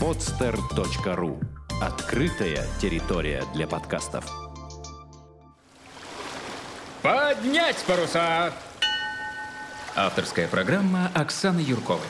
podster.ru. Открытая территория для подкастов. Поднять паруса! Авторская программа Оксаны Юрковой.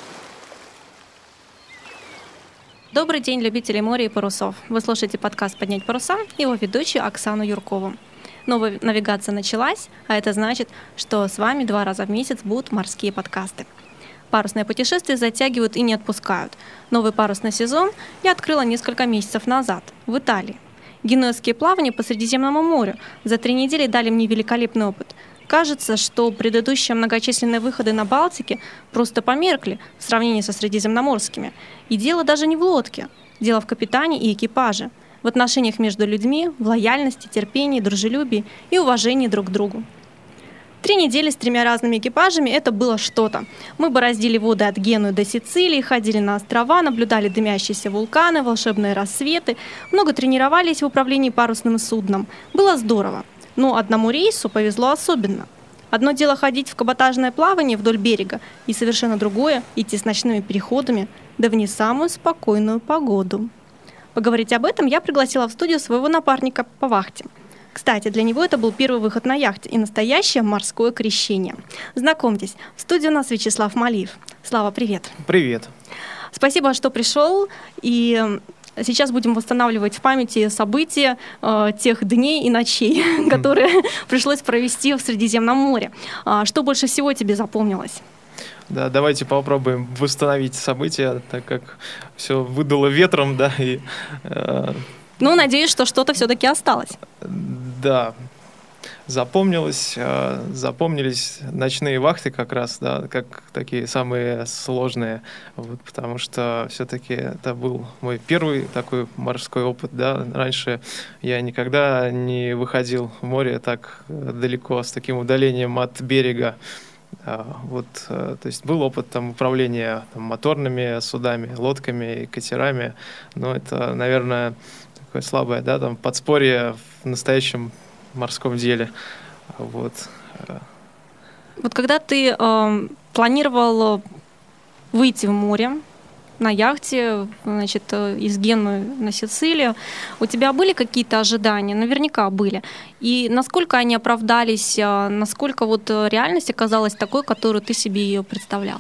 Добрый день, любители моря и парусов. Вы слушаете подкаст «Поднять паруса» и его ведущую Оксану Юркову. Новая навигация началась, а это значит, что с вами 2 раза в месяц будут морские подкасты. Парусные путешествия затягивают и не отпускают. Новый парусный сезон я открыла несколько месяцев назад в Италии. Генуэзские плавания по Средиземному морю за 3 недели дали мне великолепный опыт. Кажется, что предыдущие многочисленные выходы на Балтике просто померкли в сравнении со средиземноморскими. И дело даже не в лодке. Дело в капитане и экипаже, в отношениях между людьми, в лояльности, терпении, дружелюбии и уважении друг к другу. 3 недели с 3 разными экипажами – это было что-то. Мы бороздили воды от Генуи до Сицилии, ходили на острова, наблюдали дымящиеся вулканы, волшебные рассветы, много тренировались в управлении парусным судном. Было здорово. Но одному рейсу повезло особенно. Одно дело ходить в каботажное плавание вдоль берега, и совершенно другое – идти с ночными переходами, да в не самую спокойную погоду. Поговорить об этом я пригласила в студию своего напарника по вахте. Кстати, для него это был первый выход на яхте и настоящее морское крещение. Знакомьтесь, в студии у нас Вячеслав Малиев. Слава, привет. Привет. Спасибо, что пришел. И сейчас будем восстанавливать в памяти события тех дней и ночей, которые пришлось провести в Средиземном море. Что больше всего тебе запомнилось? Да, давайте попробуем восстановить события, так как все выдало ветром, да, и... надеюсь, что что-то все-таки осталось. Да, запомнились ночные вахты как раз, да, как такие самые сложные, вот, потому что все-таки это был мой первый такой морской опыт, да. Раньше я никогда не выходил в море так далеко, с таким удалением от берега. Вот, то есть был опыт там управления моторными судами, лодками и катерами, но это, наверное, такое слабое, да, там подспорье в настоящем морском деле. Вот. Вот когда ты планировал выйти в море на яхте, значит, из Генуи на Сицилию, у тебя были какие-то ожидания? Наверняка были. И насколько они оправдались, насколько вот реальность оказалась такой, которую ты себе ее представлял?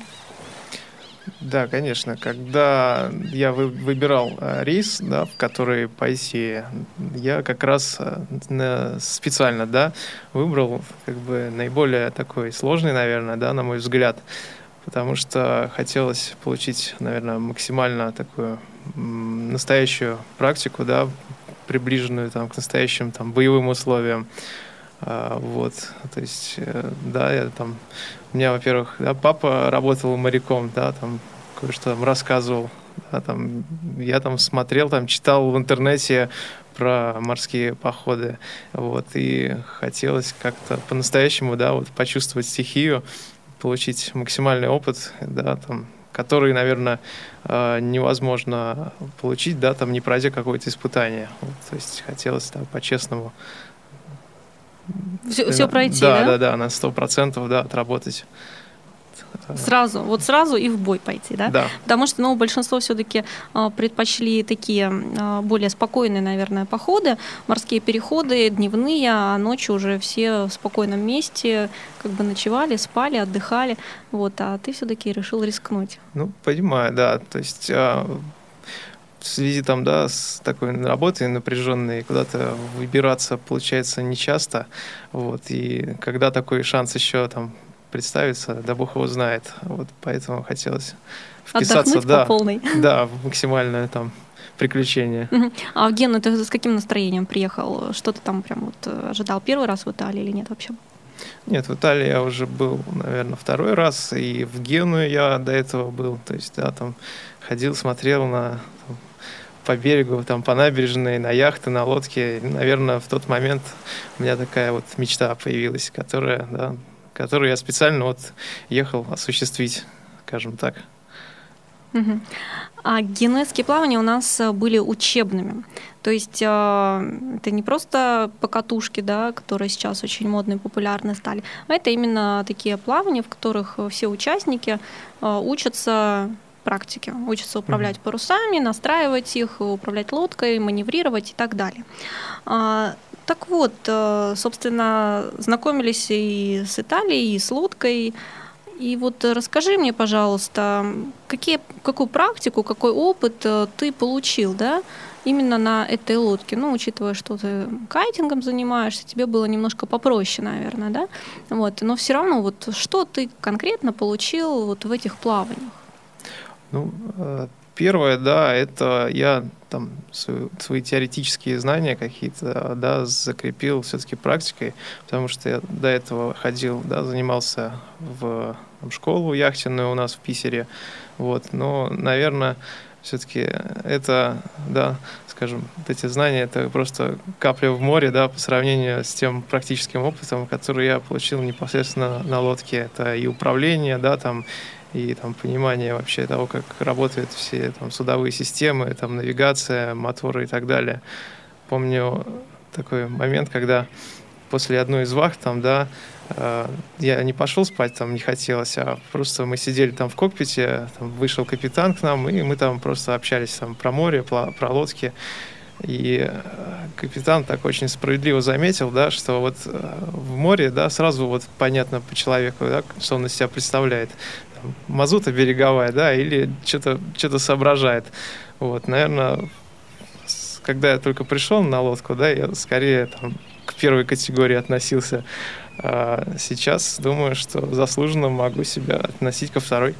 Да, конечно. Когда я выбирал рейс, да, в который пойти, я как раз специально, да, выбрал как бы наиболее такой сложный, наверное, да, на мой взгляд, потому что хотелось получить, наверное, максимально такую настоящую практику, да, приближенную там, к настоящим там, боевым условиям. Вот, то есть, да, у меня, во-первых, да, папа работал моряком, да, там кое-что там рассказывал, да, там, я там смотрел, там читал в интернете про морские походы, вот, и хотелось как-то по-настоящему, да, вот, почувствовать стихию, получить максимальный опыт, да, там, который, наверное, невозможно получить, да, там, не пройдя какое-то испытание, вот, то есть хотелось, да, по-честному все пройти, да? Да, на 100%, да, отработать. Сразу и в бой пойти, да? Да. Потому что, большинство все-таки предпочли такие более спокойные, наверное, походы, морские переходы, дневные, а ночью уже все в спокойном месте как бы ночевали, спали, отдыхали, вот, а ты все-таки решил рискнуть. Понимаю, да, то есть в связи там, да, с такой работой напряженной куда-то выбираться получается нечасто, вот, и когда такой шанс еще там представится, да бог его знает, вот, поэтому хотелось вписаться, отдохнуть по полной. Да, в максимальное там приключение. А в Гену ты с каким настроением приехал? Что ты там прям вот ожидал первый раз в Италии или нет вообще? Нет, в Италии я уже был, наверное, 2-й раз, и в Геную я до этого был, то есть, да, там ходил, смотрел по берегу, там, по набережной, на яхты, на лодке. И, наверное, в тот момент у меня такая вот мечта появилась, которую я специально вот ехал осуществить, скажем так. А генуэзские плавания у нас были учебными. То есть это не просто покатушки, да, которые сейчас очень модные и популярны стали, а это именно такие плавания, в которых все участники учатся практики. Учатся управлять парусами, настраивать их, управлять лодкой, маневрировать и так далее. Так вот, собственно, знакомились и с Италией, и с лодкой. И вот расскажи мне, пожалуйста, какую практику, какой опыт ты получил, да, именно на этой лодке? Ну, учитывая, что ты кайтингом занимаешься, тебе было немножко попроще, наверное, да? Вот, но все равно, вот что ты конкретно получил вот в этих плаваниях? Ну, первое, да, это я там свои теоретические знания какие-то, да, закрепил все-таки практикой, потому что я до этого ходил, да, занимался в школу яхтенную у нас в Питере, вот, но, наверное, все-таки это, да, скажем, вот эти знания, это просто капля в море, да, по сравнению с тем практическим опытом, который я получил непосредственно на лодке. Это и управление, да, там, и там понимание вообще того, как работают все там судовые системы, там навигация, моторы и так далее. Помню такой момент, когда после одной из вахт там, да, я не пошел спать, там не хотелось, а просто мы сидели там в кокпите, там вышел капитан к нам, и мы там просто общались там про море, про лодки. И капитан так очень справедливо заметил, да, что вот в море, да, сразу вот понятно по человеку, да, что он из себя представляет. Там, мазута береговая, да, или что-то соображает. Вот, наверное, когда я только пришел на лодку, да, я скорее там к первой категории относился. А сейчас думаю, что заслуженно могу себя относить ко второй.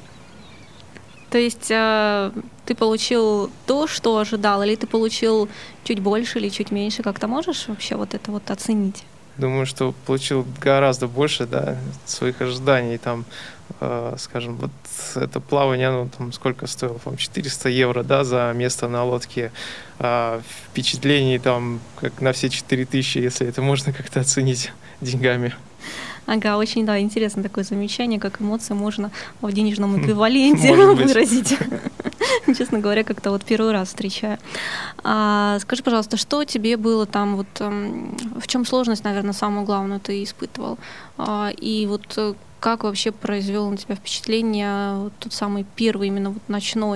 То есть ты получил то, что ожидал, или ты получил чуть больше или чуть меньше? Как-то можешь вообще вот это вот оценить? Думаю, что получил гораздо больше, да, своих ожиданий. Там, скажем, вот это плавание, оно там сколько стоило? По-моему, 400 евро, да, за место на лодке. Впечатлений там как на все 4000, если это можно как-то оценить деньгами. Ага, очень, да, интересно такое замечание, как эмоции можно в денежном эквиваленте выразить. Честно говоря, как-то вот первый раз встречаю. Скажи, пожалуйста, что тебе было там, вот в чем сложность, наверное, самую главную ты испытывал? И вот как вообще произвел на тебя впечатление вот тот самый первый именно вот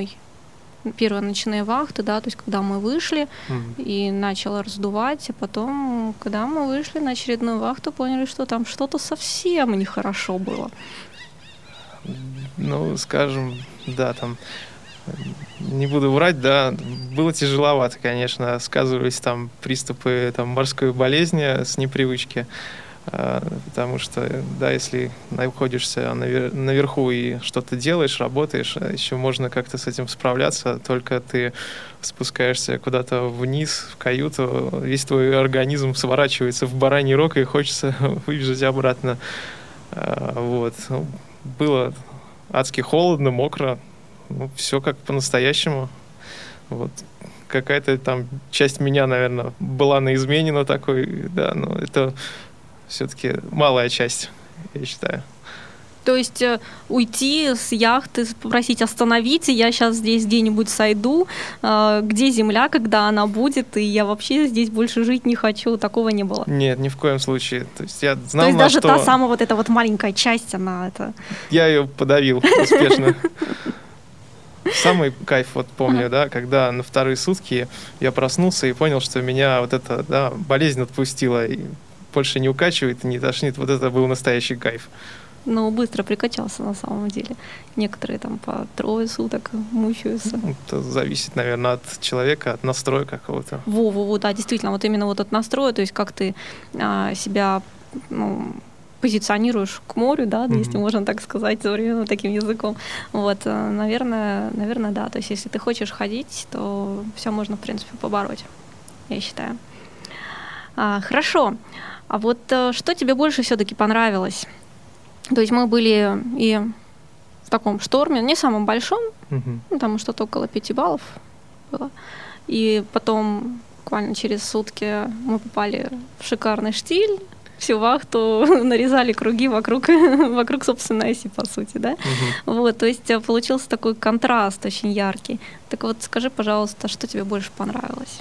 первые ночные вахты, да, то есть когда мы вышли и начало раздувать, а потом, когда мы вышли на очередную вахту, поняли, что там что-то совсем нехорошо было. Ну, скажем, да, там, не буду врать, да, было тяжеловато, конечно, сказывались там приступы там, морской болезни с непривычки, потому что, да, если находишься наверху и что-то делаешь, работаешь, еще можно как-то с этим справляться, только ты спускаешься куда-то вниз, в каюту, весь твой организм сворачивается в бараний рог, и хочется выбежать обратно. Вот. Было адски холодно, мокро, все как по-настоящему. Вот. Какая-то там часть меня, наверное, была на измене, но такой, да, но это все-таки малая часть, я считаю. То есть уйти с яхты, попросить остановить, я сейчас здесь где-нибудь сойду, где земля, когда она будет, и я вообще здесь больше жить не хочу, такого не было? Нет, ни в коем случае. То есть я знал, то есть даже та самая вот эта вот маленькая часть, она это... Я ее подавил успешно. Самый кайф, вот помню, да, когда на вторые сутки я проснулся и понял, что меня вот эта, да, болезнь отпустила, и больше не укачивает и не тошнит. Вот это был настоящий кайф. Ну, быстро прикачался на самом деле. Некоторые там по 3 суток мучаются. Ну, это зависит, наверное, от человека, от настроя какого-то. Во-во-во, да, действительно, вот именно вот от настроя, то есть как ты себя позиционируешь к морю, да, если можно так сказать, современным таким языком. Вот, наверное, да. То есть если ты хочешь ходить, то все можно, в принципе, побороть, я считаю. Хорошо. А вот что тебе больше все-таки понравилось? То есть мы были и в таком шторме, не самом большом, там что-то около 5 баллов было. И потом буквально через сутки мы попали в шикарный штиль, всю вахту нарезали круги вокруг собственной оси, по сути, да? Вот, то есть получился такой контраст очень яркий. Так вот, скажи, пожалуйста, что тебе больше понравилось?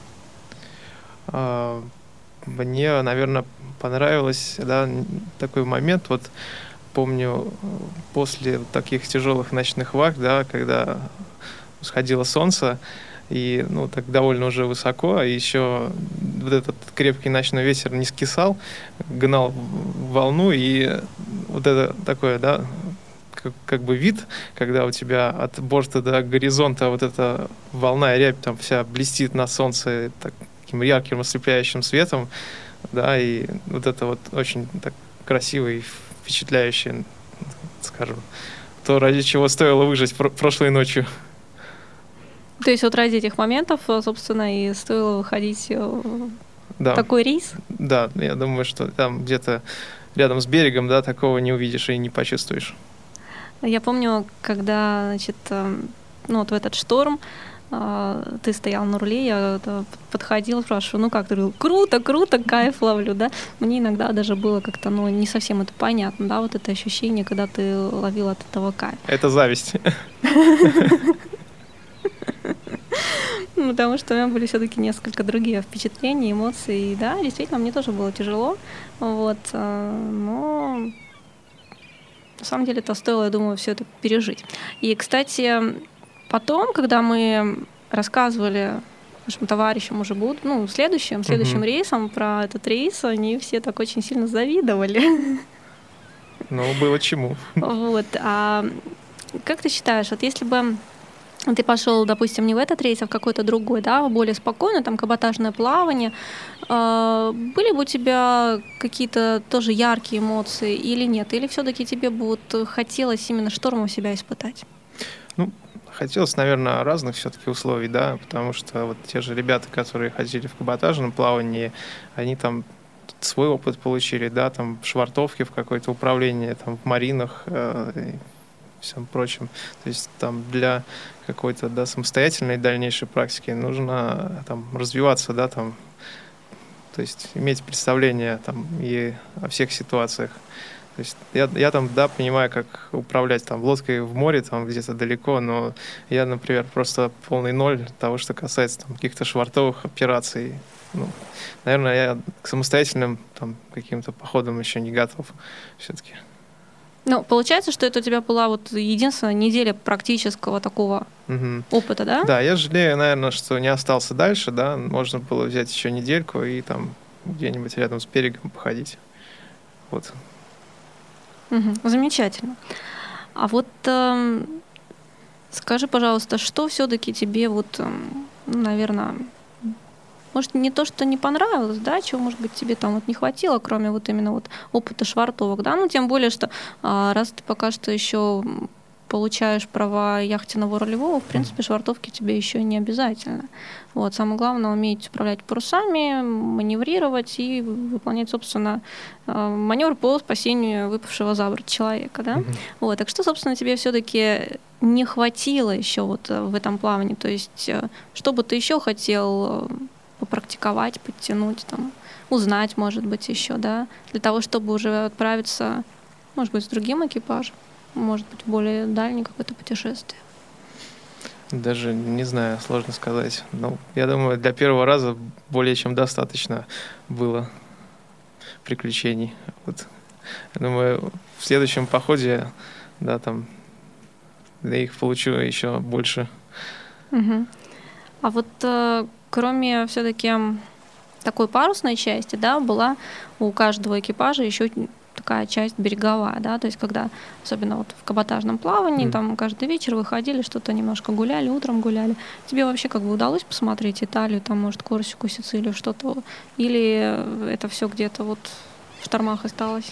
Мне, наверное, понравилось, да, такой момент, вот помню, после таких тяжелых ночных вахт, да, когда сходило солнце, и, ну, так довольно уже высоко, и еще вот этот крепкий ночной ветер не скисал, гнал волну, и вот это такое, да, как бы вид, когда у тебя от борта до горизонта вот эта волна и рябь там вся блестит на солнце таким ярким ослепляющим светом, да, и вот это вот очень так красиво и впечатляюще, скажем, то, ради чего стоило выжить прошлой ночью. То есть вот ради этих моментов, собственно, и стоило выходить в такой рейс? Да, я думаю, что там где-то рядом с берегом, да, такого не увидишь и не почувствуешь. Я помню, когда, значит, ну вот в этот шторм ты стоял на руле, я подходила, спрашиваю, ну как, ты говорил, круто, кайф ловлю, да? Мне иногда даже было как-то, ну, не совсем это понятно, да, вот это ощущение, когда ты ловил от этого кайф. Это зависть. Потому что у меня были все-таки несколько другие впечатления, эмоции, и да, действительно, мне тоже было тяжело, вот, но на самом деле это стоило, я думаю, все это пережить. И, кстати, потом, когда мы рассказывали нашим товарищам уже следующим рейсом про этот рейс, они все так очень сильно завидовали. Ну, было чему. Вот. А как ты считаешь, вот если бы ты пошел, допустим, не в этот рейс, а в какой-то другой, да, более спокойно, там каботажное плавание, были бы у тебя какие-то тоже яркие эмоции или нет? Или все-таки тебе бы хотелось именно штормом себя испытать? Ну, хотелось, наверное, разных все-таки условий, да, потому что вот те же ребята, которые ходили в каботажном плавании, они там свой опыт получили, да, там в швартовке, в какое-то управление, там в маринах, всем прочем. То есть там для какой-то, да, самостоятельной дальнейшей практики нужно там развиваться, да, там, то есть иметь представление там и о всех ситуациях. То есть я там, да, понимаю, как управлять там лодкой в море, там где-то далеко, но я, например, просто полный ноль того, что касается там каких-то швартовых операций. Ну, наверное, я к самостоятельным там каким-то походам еще не готов все-таки. Ну, получается, что это у тебя была вот единственная неделя практического такого опыта, да? Да, я жалею, наверное, что не остался дальше, да, можно было взять еще недельку и там где-нибудь рядом с берегом походить. Вот. Замечательно. А вот скажи, пожалуйста, что все-таки тебе вот, наверное, может, не то, что не понравилось, да, чего, может быть, тебе там вот не хватило, кроме вот именно вот опыта швартовок, да, ну, тем более, что раз ты пока что еще получаешь права яхтенного рулевого, в принципе, швартовки тебе еще не обязательно. Вот, самое главное — уметь управлять парусами, маневрировать и выполнять, собственно, маневр по спасению выпавшего за борт человека, да. Вот, так что, собственно, тебе все-таки не хватило еще вот в этом плавании, то есть что бы ты еще хотел попрактиковать, подтянуть, там, узнать, может быть, еще, да, для того, чтобы уже отправиться, может быть, с другим экипажем, может быть, в более дальнее какое-то путешествие. Даже не знаю, сложно сказать. Но я думаю, для первого раза более чем достаточно было приключений. Вот. Я думаю, в следующем походе, да, там, я их получу еще больше. А вот кроме все-таки такой парусной части, да, была у каждого экипажа еще такая часть береговая, да, то есть когда, особенно вот в каботажном плавании, там каждый вечер выходили, что-то немножко гуляли, утром гуляли. Тебе вообще как бы удалось посмотреть Италию, там, может, Корсику, Сицилию, что-то, или это все где-то вот в штормах осталось?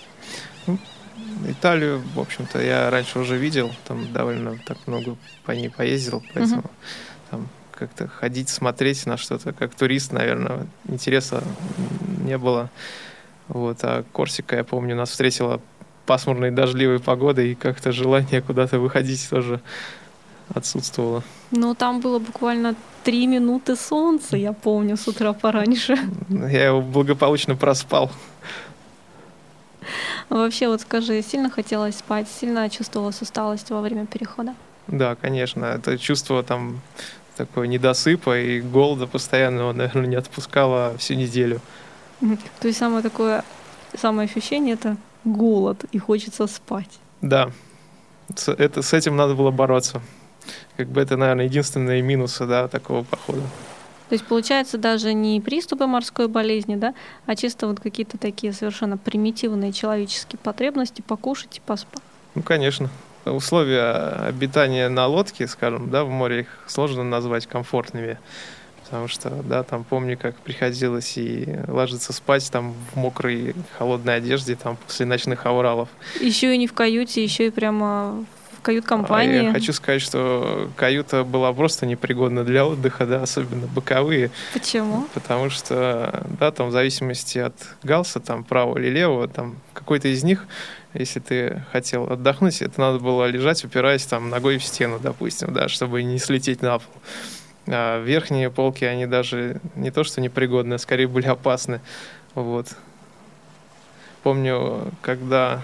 Италию, в общем-то, я раньше уже видел, там довольно так много по ней поездил, поэтому там как-то ходить, смотреть на что-то, как турист, наверное, интереса не было. Вот. А Корсика, я помню, нас встретила пасмурной дождливой погодой, и как-то желание куда-то выходить тоже отсутствовало. Ну, там было буквально 3 минуты солнца, я помню, с утра пораньше. Я его благополучно проспал. Вообще, вот скажи, сильно хотелось спать, сильно чувствовалась усталость во время перехода? Да, конечно. Это чувство там такого недосыпа и голода постоянного, наверное, не отпускало всю неделю. То есть самое ощущение — это голод и хочется спать. Да, с этим надо было бороться. Как бы это, наверное, единственные минусы, да, такого похода. То есть, получается, даже не приступы морской болезни, да, а чисто вот какие-то такие совершенно примитивные человеческие потребности покушать и поспать. Ну, конечно. Условия обитания на лодке, скажем, да, в море их сложно назвать комфортными. Потому что, да, там помню, как приходилось и ложиться спать там в мокрой, холодной одежде там после ночных авралов. Еще и не в каюте, еще и прямо в кают-компании. Я хочу сказать, что каюта была просто непригодна для отдыха, да, особенно боковые. Почему? Потому что, да, там в зависимости от галса, там правого или левого, там какой-то из них, если ты хотел отдохнуть, это надо было лежать, упираясь там ногой в стену, допустим, да, чтобы не слететь на пол. А верхние полки, они даже не то что непригодны, а скорее были опасны. Вот. Помню, когда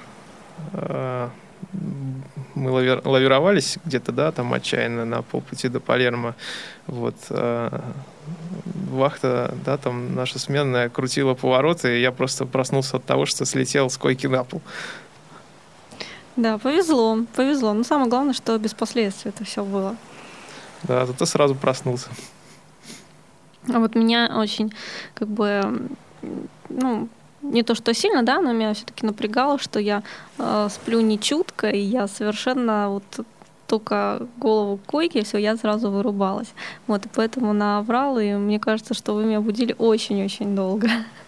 мы лавировались где-то, да, там отчаянно на полпути до Палермо, вот, вахта, да, там наша сменная крутила повороты, и я просто проснулся от того, что слетел с койки на пол. Да, повезло. Но самое главное, что без последствий это все было. Да, зато сразу проснулся. А вот меня очень, как бы, ну, не то что сильно, да, но меня все-таки напрягало, что я сплю нечутко, и я совершенно вот только голову к койке, и все, я сразу вырубалась. Вот, и поэтому на авралы, мне кажется, что вы меня будили очень-очень долго.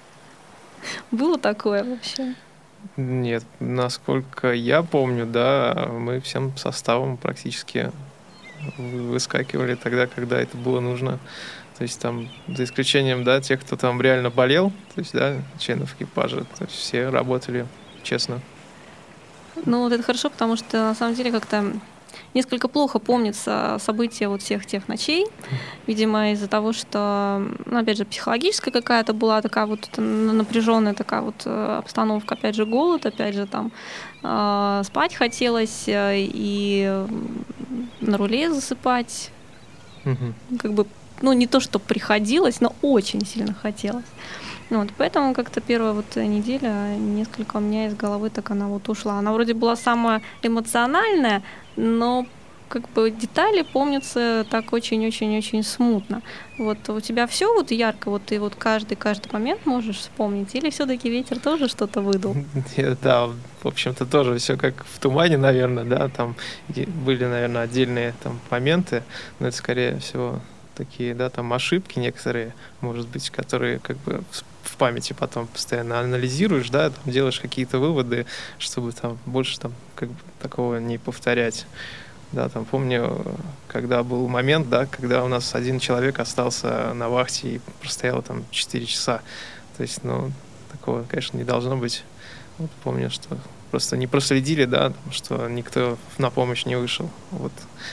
Было такое вообще? Нет, насколько я помню, да, мы всем составом практически выскакивали тогда, когда это было нужно. То есть там, за исключением, да, тех, кто там реально болел, то есть, да, членов экипажа, то есть все работали честно. Ну, вот это хорошо, потому что на самом деле как-то несколько плохо помнится события вот всех тех ночей. Видимо, из-за того, что, ну, опять же, психологическая какая-то была такая вот напряженная такая вот обстановка, опять же, голод, опять же, там спать хотелось и на руле засыпать. Как бы, ну, не то, что приходилось, но очень сильно хотелось. Вот, поэтому как-то первая вот неделя несколько у меня из головы так она вот ушла. Она вроде была самая эмоциональная, но как бы детали помнятся так очень-очень-очень смутно. Вот у тебя все вот ярко, вот ты вот каждый момент можешь вспомнить, или все-таки ветер тоже что-то выдал? Да, в общем-то тоже все как в тумане, наверное, да, там были, наверное, отдельные там моменты, но это скорее всего такие, да, там ошибки некоторые, может быть, которые как бы в памяти потом постоянно анализируешь, да, там делаешь какие-то выводы, чтобы там больше там как бы такого не повторять. Да, там помню, когда был момент, да, когда у нас один человек остался на вахте и простоял там 4 часа. То есть, ну, такого, конечно, не должно быть. Вот помню, что просто не проследили, да, что никто на помощь не вышел. Вот.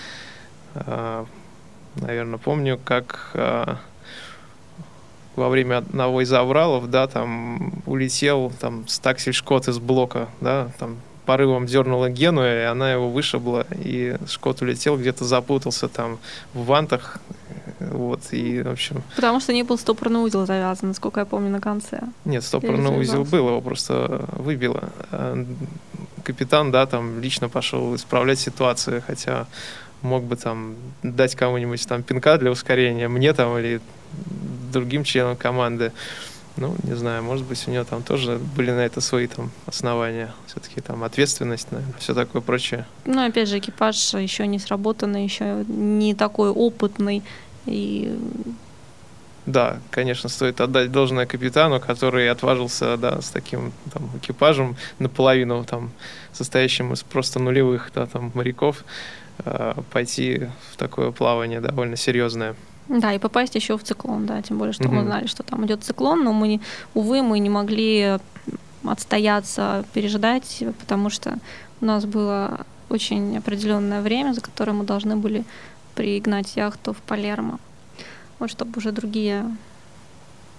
Наверное, помню, как во время одного из авралов, да, там улетел там стаксель-шкот из блока, да, там порывом дернула Гену, и она его вышибла, и шкот улетел, где-то запутался там в вантах, вот, и, в общем... Потому что не был стопорный узел завязан, насколько я помню, на конце. Нет, стопорный узел был, его просто выбило. Капитан, да, там лично пошел исправлять ситуацию, хотя мог бы там дать кому-нибудь там пинка для ускорения, мне там или другим членам команды. Ну, не знаю, может быть, у него там тоже были на это свои там основания. Все-таки там ответственность, наверное, все такое прочее. Ну, опять же, экипаж еще не сработанный, еще не такой опытный. И... Да, конечно, стоит отдать должное капитану, который отважился, да, с таким там экипажем наполовину там состоящим из просто нулевых, да, там моряков, пойти в такое плавание довольно серьезное. Да, и попасть еще в циклон, да, тем более, что мы знали, что там идет циклон, но мы, увы, мы не могли отстояться, переждать, потому что у нас было очень определенное время, за которое мы должны были пригнать яхту в Палермо, вот, чтобы уже другие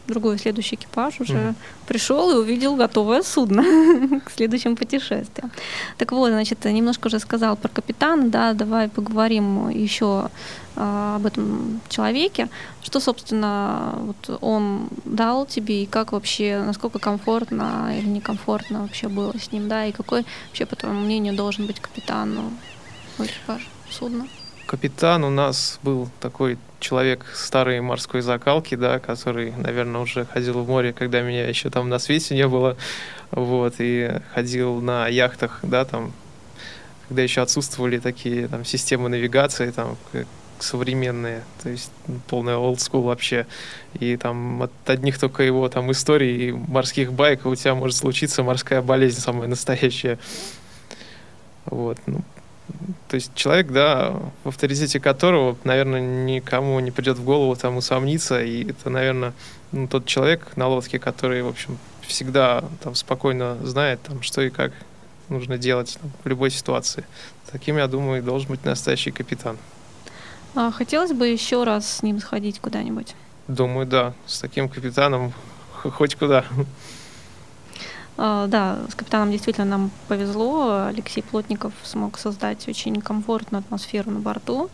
другой следующий экипаж уже пришел и увидел готовое судно к следующим путешествиям. Так вот, значит, немножко уже сказал про капитана, да, давай поговорим еще об этом человеке. Что, собственно, вот он дал тебе, и как вообще, насколько комфортно или некомфортно вообще было с ним, да, и какой вообще, по твоему мнению, должен быть капитан у экипажа судна? Капитан у нас был такой человек старой морской закалки, да, который, наверное, уже ходил в море, когда меня еще там на свете не было, вот, и ходил на яхтах, да, там, когда еще отсутствовали такие там системы навигации, там, современные, то есть полный old school вообще, и там от одних только его там историй и морских байк у тебя может случиться морская болезнь самая настоящая, вот, ну, то есть человек, да, в авторитете которого, наверное, никому не придет в голову там усомниться, и это, наверное, ну, тот человек на лодке, который, в общем, всегда там спокойно знает, там, что и как нужно делать там, в любой ситуации. Таким, я думаю, должен быть настоящий капитан. Хотелось бы еще раз с ним сходить куда-нибудь? Думаю, да, с таким капитаном хоть куда. Да, с капитаном действительно нам повезло. Алексей Плотников смог создать очень комфортную атмосферу на борту,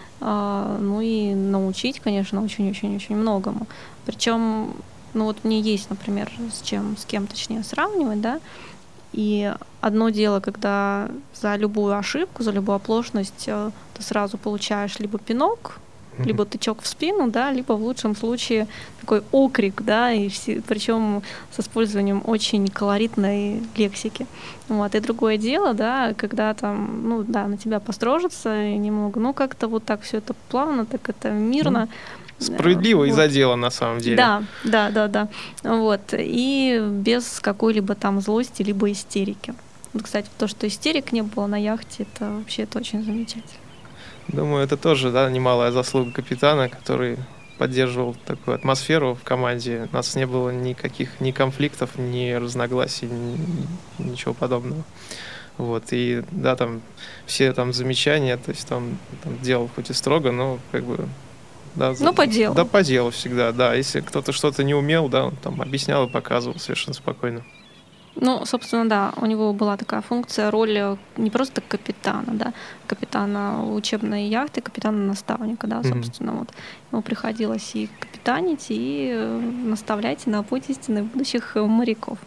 ну и научить, конечно, очень-очень-очень многому. Причем, ну вот мне есть, например, с кем точнее сравнивать, да, и одно дело, когда за любую ошибку, за любую оплошность ты сразу получаешь либо пинок, либо тычок в спину, да, либо в лучшем случае такой окрик, да, и причем с использованием очень колоритной лексики. Вот. И другое дело, да, когда там, ну да, на тебя построжатся и немного, ну как-то вот так все это плавно, так это мирно. Справедливо вот. И за дело, на самом деле. Да. Вот. И без какой-либо там злости, либо истерики. Вот, кстати, то, что истерик не было на яхте, это вообще очень замечательно. Думаю, это тоже, да, немалая заслуга капитана, который поддерживал такую атмосферу в команде. У нас не было никаких ни конфликтов, ни разногласий, ничего подобного. Вот, и да, там все там замечания, то есть там делал хоть и строго, но как бы... Да, ну, по делу. Да, по делу всегда, да. Если кто-то что-то не умел, да, он там объяснял и показывал совершенно спокойно. Ну, собственно, да, у него была такая функция, роль не просто капитана, да, капитана учебной яхты, капитана-наставника, да, собственно, вот. Ему приходилось и капитанить, и наставлять на путь истины будущих моряков.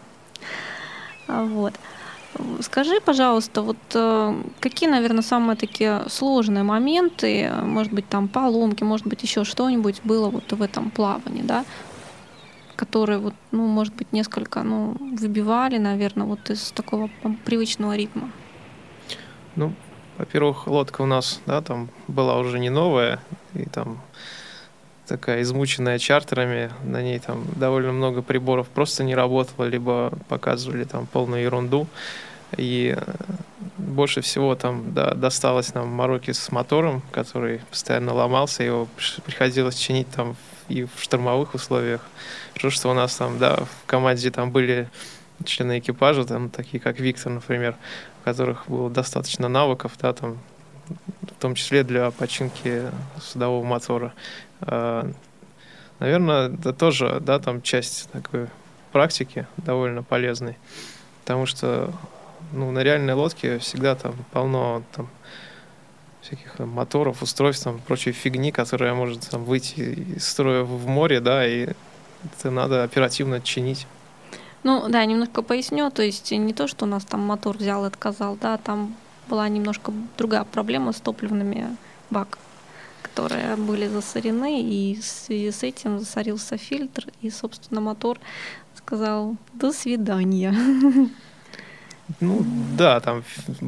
Вот. Скажи, пожалуйста, вот какие, наверное, самые такие сложные моменты, может быть, там поломки, может быть, еще что-нибудь было вот в этом плавании, да, которые, вот, ну, может быть, несколько, ну, выбивали, наверное, вот из такого привычного ритма? Ну, во-первых, лодка у нас, да, там была уже не новая, и там такая измученная чартерами, на ней там довольно много приборов просто не работало, либо показывали там полную ерунду. И больше всего там, да, досталось нам мороки с мотором, который постоянно ломался, его приходилось чинить там и в штормовых условиях. Потому что у нас там, да, в команде там были члены экипажа, там такие как Виктор, например, у которых было достаточно навыков, да, там, в том числе для починки судового мотора. Наверное, это тоже, да, там часть такой практики довольно полезной, потому что, ну, на реальной лодке всегда там полно там всяких там моторов, устройств, там, прочей фигни, которая может там выйти из строя в море, да, и это надо оперативно чинить. Ну, да, немножко поясню, то есть не то, что у нас там мотор взял и отказал, да, там была немножко другая проблема с топливными баками, которые были засорены, и в связи с этим засорился фильтр, и, собственно, мотор сказал «до свидания». Ну, да, там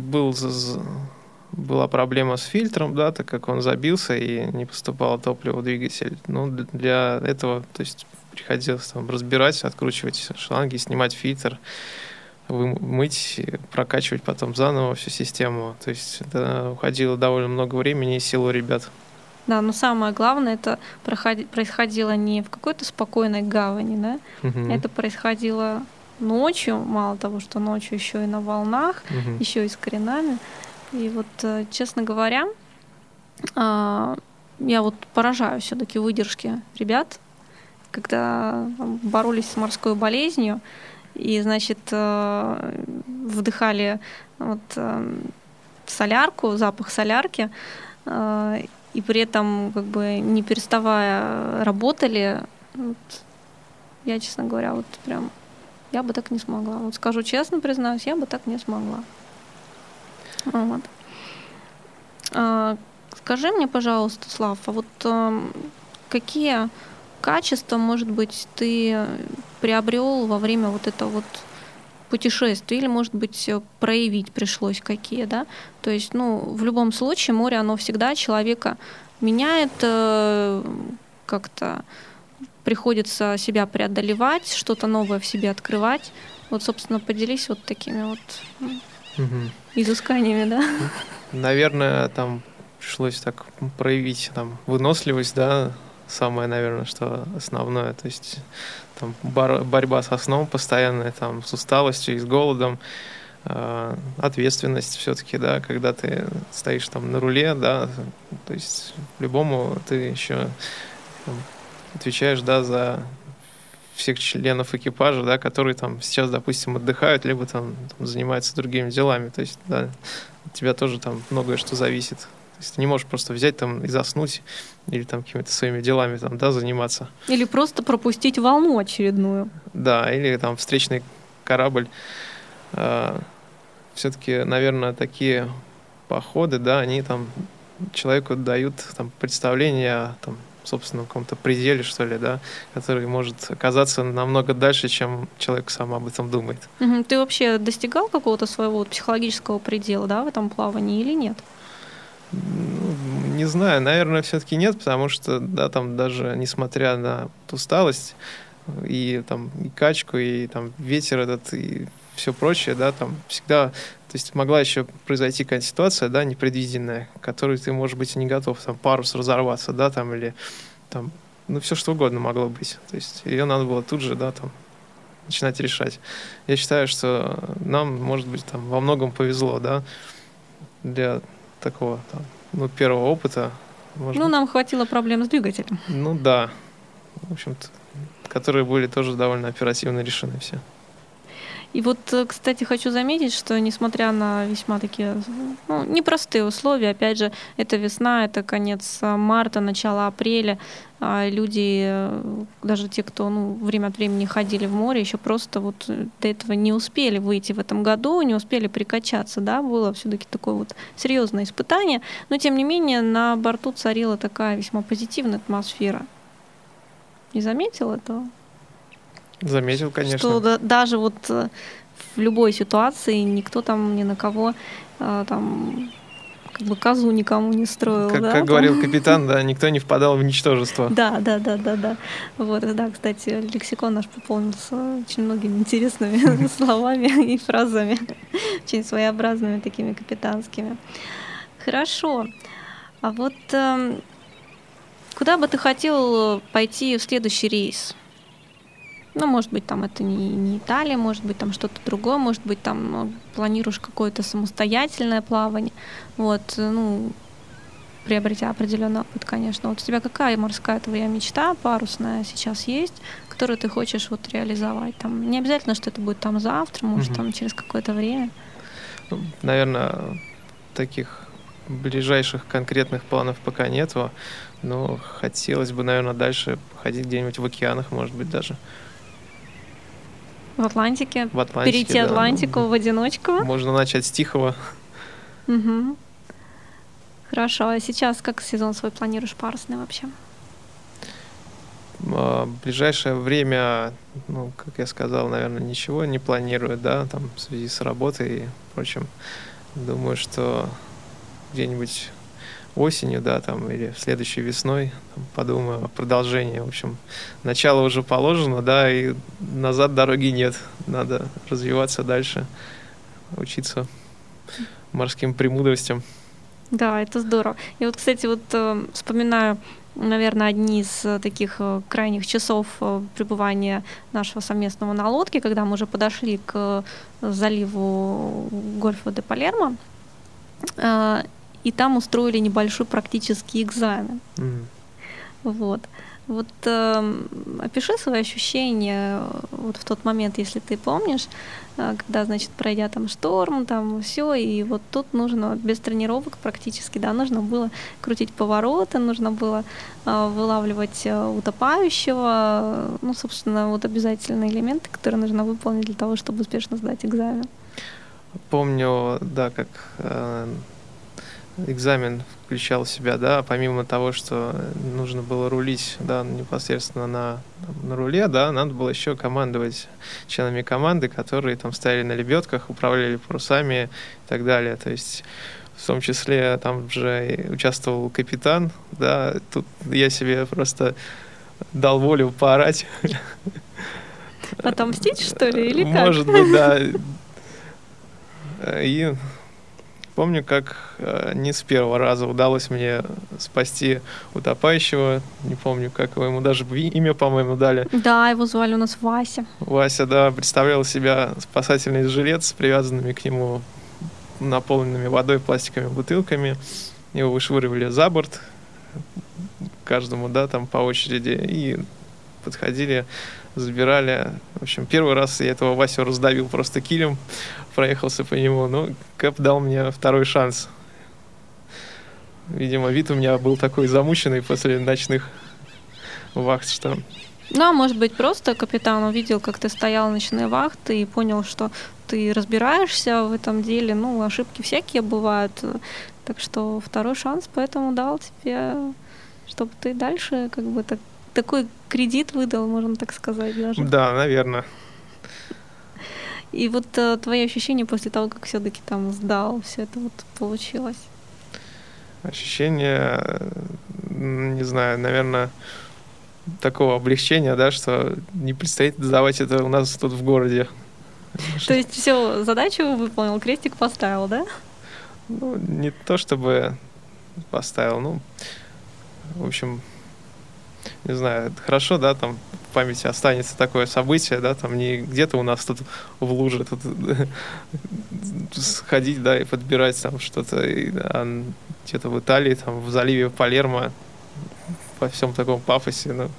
была проблема с фильтром, да, так как он забился и не поступало топливо в двигатель. Ну, для этого, то есть, приходилось там разбирать, откручивать шланги, снимать фильтр, мыть, прокачивать потом заново всю систему. То есть это уходило довольно много времени и сил у ребят. Да, но самое главное, это происходило не в какой-то спокойной гавани, да? Это происходило ночью, мало того, что ночью еще и на волнах, еще и с кренами. И вот, честно говоря, я вот поражаюсь все-таки выдержке ребят. когда боролись с морской болезнью, и, значит, вдыхали вот солярку, запах солярки, и при этом как бы не переставая работали. Вот, я, честно говоря, вот прям я бы так не смогла. Вот скажу честно, признаюсь, я бы так не смогла. Вот. Скажи мне, пожалуйста, Слав, а вот какие качества, может быть, ты приобрел во время вот этого вот путешествия, или, может быть, проявить пришлось какие, да? То есть, ну, в любом случае море, оно всегда человека меняет, как-то приходится себя преодолевать, что-то новое в себе открывать. Вот, собственно, поделись вот такими вот изысканиями, да? Наверное, там пришлось так проявить там выносливость, да, самое, наверное, что основное. То есть там борьба со сном постоянная, там, с усталостью и с голодом, ответственность все-таки, да, когда ты стоишь там на руле, да, то есть по-любому ты еще отвечаешь, да, за всех членов экипажа, да, которые там сейчас, допустим, отдыхают, либо там занимаются другими делами. То есть, да, от тебя тоже там многое что зависит. То есть ты не можешь просто взять там и заснуть или там какими-то своими делами там, да, заниматься. Или просто пропустить волну очередную. Да, или там встречный корабль. Все-таки, наверное, такие походы, да, они там человеку дают там представление о там собственном каком-то пределе, что ли, да, который может оказаться намного дальше, чем человек сам об этом думает. Ты вообще достигал какого-то своего вот психологического предела, да, в этом плавании или нет? Не знаю, наверное, все-таки нет, потому что, да, там даже несмотря на усталость и там и качку, и там ветер этот, и все прочее, да, там всегда, то есть могла еще произойти какая-то ситуация, да, непредвиденная, к которой ты, может быть, и не готов, там парус разорваться, да, там, или там, ну, все что угодно могло быть. То есть ее надо было тут же, да, там, начинать решать. Я считаю, что нам, может быть, там во многом повезло, да, для такого, там, ну, первого опыта. Ну, нам хватило проблем с двигателем. Ну, да. В общем-то, которые были тоже довольно оперативно решены все. И вот, кстати, хочу заметить, что несмотря на весьма такие непростые условия, опять же, это весна, это конец марта, начало апреля, люди, даже те, кто время от времени ходили в море, еще просто вот до этого не успели выйти в этом году, не успели прикачаться, да, было все-таки такое вот серьезное испытание, но тем не менее на борту царила такая весьма позитивная атмосфера. Не заметил этого? Заметил, конечно. Что даже вот в любой ситуации никто там ни на кого там как бы козу никому не строил. Как говорил капитан, да, никто не впадал в ничтожество. Да. Вот, да, кстати, лексикон наш пополнился очень многими интересными словами и фразами, очень своеобразными такими капитанскими. Хорошо. А вот куда бы ты хотел пойти в следующий рейс? Ну, может быть, там это не Италия, может быть, там что-то другое, может быть, там планируешь какое-то самостоятельное плавание, вот, приобретя определенный опыт, конечно. Вот у тебя какая морская твоя мечта парусная сейчас есть, которую ты хочешь вот реализовать? Там, не обязательно, что это будет там завтра, может, там через какое-то время. Наверное, таких ближайших конкретных планов пока нету, но хотелось бы, наверное, дальше ходить где-нибудь в океанах, может быть, даже. В Атлантике? Перейти да, Атлантику в одиночку? Можно начать с Тихого. Угу. Хорошо. А сейчас как сезон свой планируешь парусный вообще? В ближайшее время, как я сказал, наверное, ничего не планирую, да, там в связи с работой и прочим. Думаю, что где-нибудь осенью, да, там, или следующей весной там, подумаю о продолжении. В общем, начало уже положено, да, и назад дороги нет. Надо развиваться дальше, учиться морским премудростям. Да, это здорово. И вот, кстати, вспоминаю, наверное, одни из таких крайних часов пребывания нашего совместного на лодке, когда мы уже подошли к заливу Гольфа де Палермо, и там устроили небольшой практический экзамен. Вот. Вот опиши свои ощущения вот в тот момент, если ты помнишь, когда, значит, пройдя там шторм, там все, и вот тут нужно без тренировок практически, да, нужно было крутить повороты, нужно было вылавливать утопающего, ну, собственно, вот обязательные элементы, которые нужно выполнить для того, чтобы успешно сдать экзамен. Помню, да, как экзамен включал в себя, да, помимо того, что нужно было рулить, да, непосредственно на руле, да, надо было еще командовать членами команды, которые там стояли на лебедках, управляли парусами и так далее. То есть в том числе там же участвовал капитан, да, тут я себе просто дал волю поорать. Отомстить, что ли, или как? Может быть, да. И помню, как не с первого раза удалось мне спасти утопающего. Не помню, как его, ему даже имя, по-моему, дали. Да, его звали у нас Вася. Вася, да, представлял себя спасательный жилет с привязанными к нему наполненными водой пластиковыми бутылками. Его вышвыривали за борт каждому, да, там по очереди. И подходили, забирали. В общем, первый раз я этого Васю раздавил просто килем, проехался по нему. Но Кэп дал мне второй шанс. Видимо, вид у меня был такой замученный после ночных вахт, что... Ну, а может быть, просто капитан увидел, как ты стоял на ночной вахте и понял, что ты разбираешься в этом деле. Ну, ошибки всякие бывают. Так что второй шанс поэтому дал тебе, чтобы ты дальше как бы такой кредит выдал, можно так сказать даже. Да, наверное. И вот твои ощущения после того, как все-таки там сдал, все это вот получилось? Ощущение, не знаю, наверное, такого облегчения, да, что не предстоит сдавать это у нас тут в городе. То есть все, задачу выполнил, крестик поставил, да? Ну, не то чтобы поставил, ну, в общем, не знаю, хорошо, да, там в памяти останется такое событие, да, там не где-то у нас тут в луже тут сходить, да, и подбирать там что-то, а где-то в Италии, там в заливе Палермо, по всем таком пафосе, ну,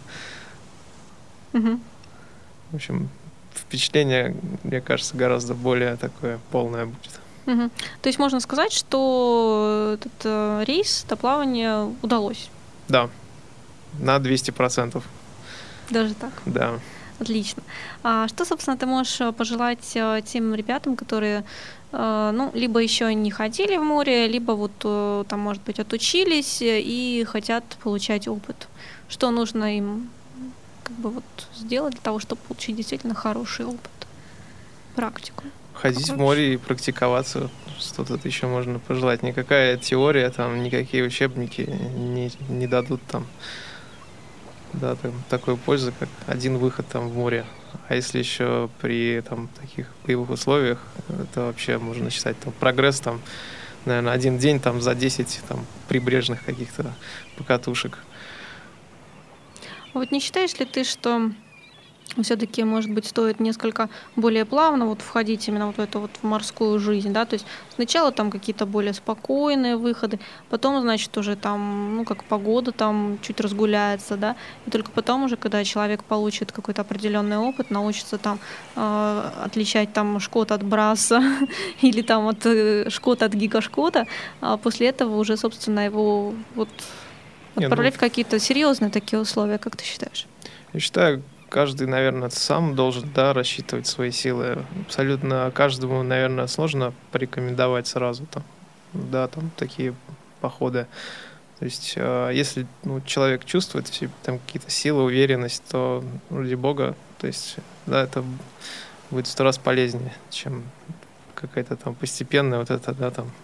в общем, впечатление, мне кажется, гораздо более такое полное будет. То есть можно сказать, что этот рейс до плавания удалось? Да, на 200%. Даже так? Да. Отлично. А что, собственно, ты можешь пожелать тем ребятам, которые, ну, либо еще не ходили в море, либо вот там, может быть, отучились и хотят получать опыт? Что нужно им как бы вот сделать для того, чтобы получить действительно хороший опыт, практику? Ходить в море и практиковаться. Что тут еще можно пожелать? Никакая теория, там, никакие учебники не дадут там, да, там, такой пользы, как один выход там в море. А если еще при там таких боевых условиях, это вообще можно считать там прогресс, там, наверное, один день там за 10 там прибрежных каких-то покатушек. Вот не считаешь ли ты, что все-таки, может быть, стоит несколько более плавно вот входить именно вот в эту вот в морскую жизнь, да, то есть сначала там какие-то более спокойные выходы, потом, значит, уже там, ну, как погода там чуть разгуляется, да, и только потом уже, когда человек получит какой-то определенный опыт, научится там отличать там шкот от браса или там от шкота от гигашкота, а после этого уже, собственно, его вот отправлять в какие-то серьезные такие условия, как ты считаешь? Я считаю, каждый, наверное, сам должен, да, рассчитывать свои силы. Абсолютно каждому, наверное, сложно порекомендовать сразу там, да, там такие походы. То есть, если человек чувствует в себе там какие-то силы, уверенность, то ради бога, то есть, да, это будет в 100 раз полезнее, чем какая-то там постепенная вот это, да, там.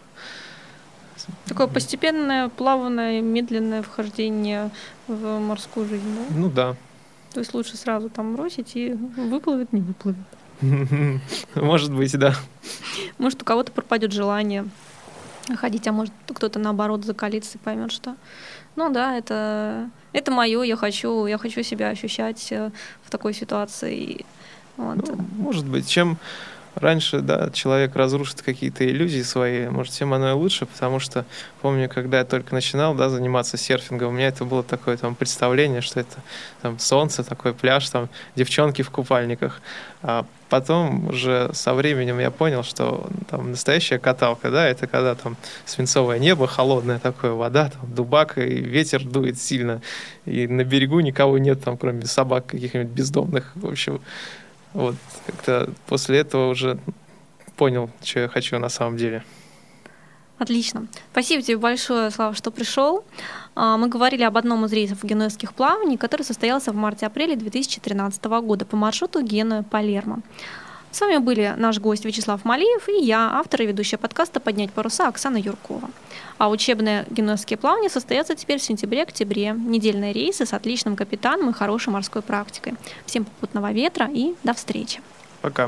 Такое постепенное, плавное, медленное вхождение в морскую жизнь, да? Ну да. То есть лучше сразу там бросить и выплывет, не выплывет. Может быть, да. Может, у кого-то пропадет желание ходить, а может, кто-то наоборот закалится и поймет, что ну да, это мое, я хочу себя ощущать в такой ситуации. Вот. Ну, может быть, чем раньше, да, человек разрушит какие-то иллюзии свои, может, тем оно и лучше, потому что помню, когда я только начинал, да, заниматься серфингом, у меня это было такое там представление, что это там солнце, такой пляж, там девчонки в купальниках. А потом уже со временем я понял, что там настоящая каталка, да, это когда там свинцовое небо, холодная такая вода, там дубак, и ветер дует сильно, и на берегу никого нет, там, кроме собак каких-нибудь бездомных, в общем. Вот, как-то после этого уже понял, что я хочу на самом деле. Отлично. Спасибо тебе большое, Слава, что пришел. Мы говорили об одном из рейсов генуэзских плаваний, который состоялся в марте-апреле 2013 года по маршруту Генуя-Палермо. С вами были наш гость Вячеслав Малиев и я, автор и ведущая подкаста «Поднять паруса» Оксана Юркова. А учебные генуэзские плавания состоятся теперь в сентябре-октябре. Недельные рейсы с отличным капитаном и хорошей морской практикой. Всем попутного ветра и до встречи. Пока.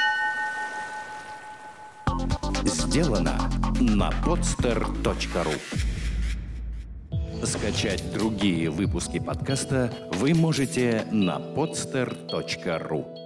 Сделано на podster.ru. Скачать другие выпуски подкаста вы можете на podster.ru.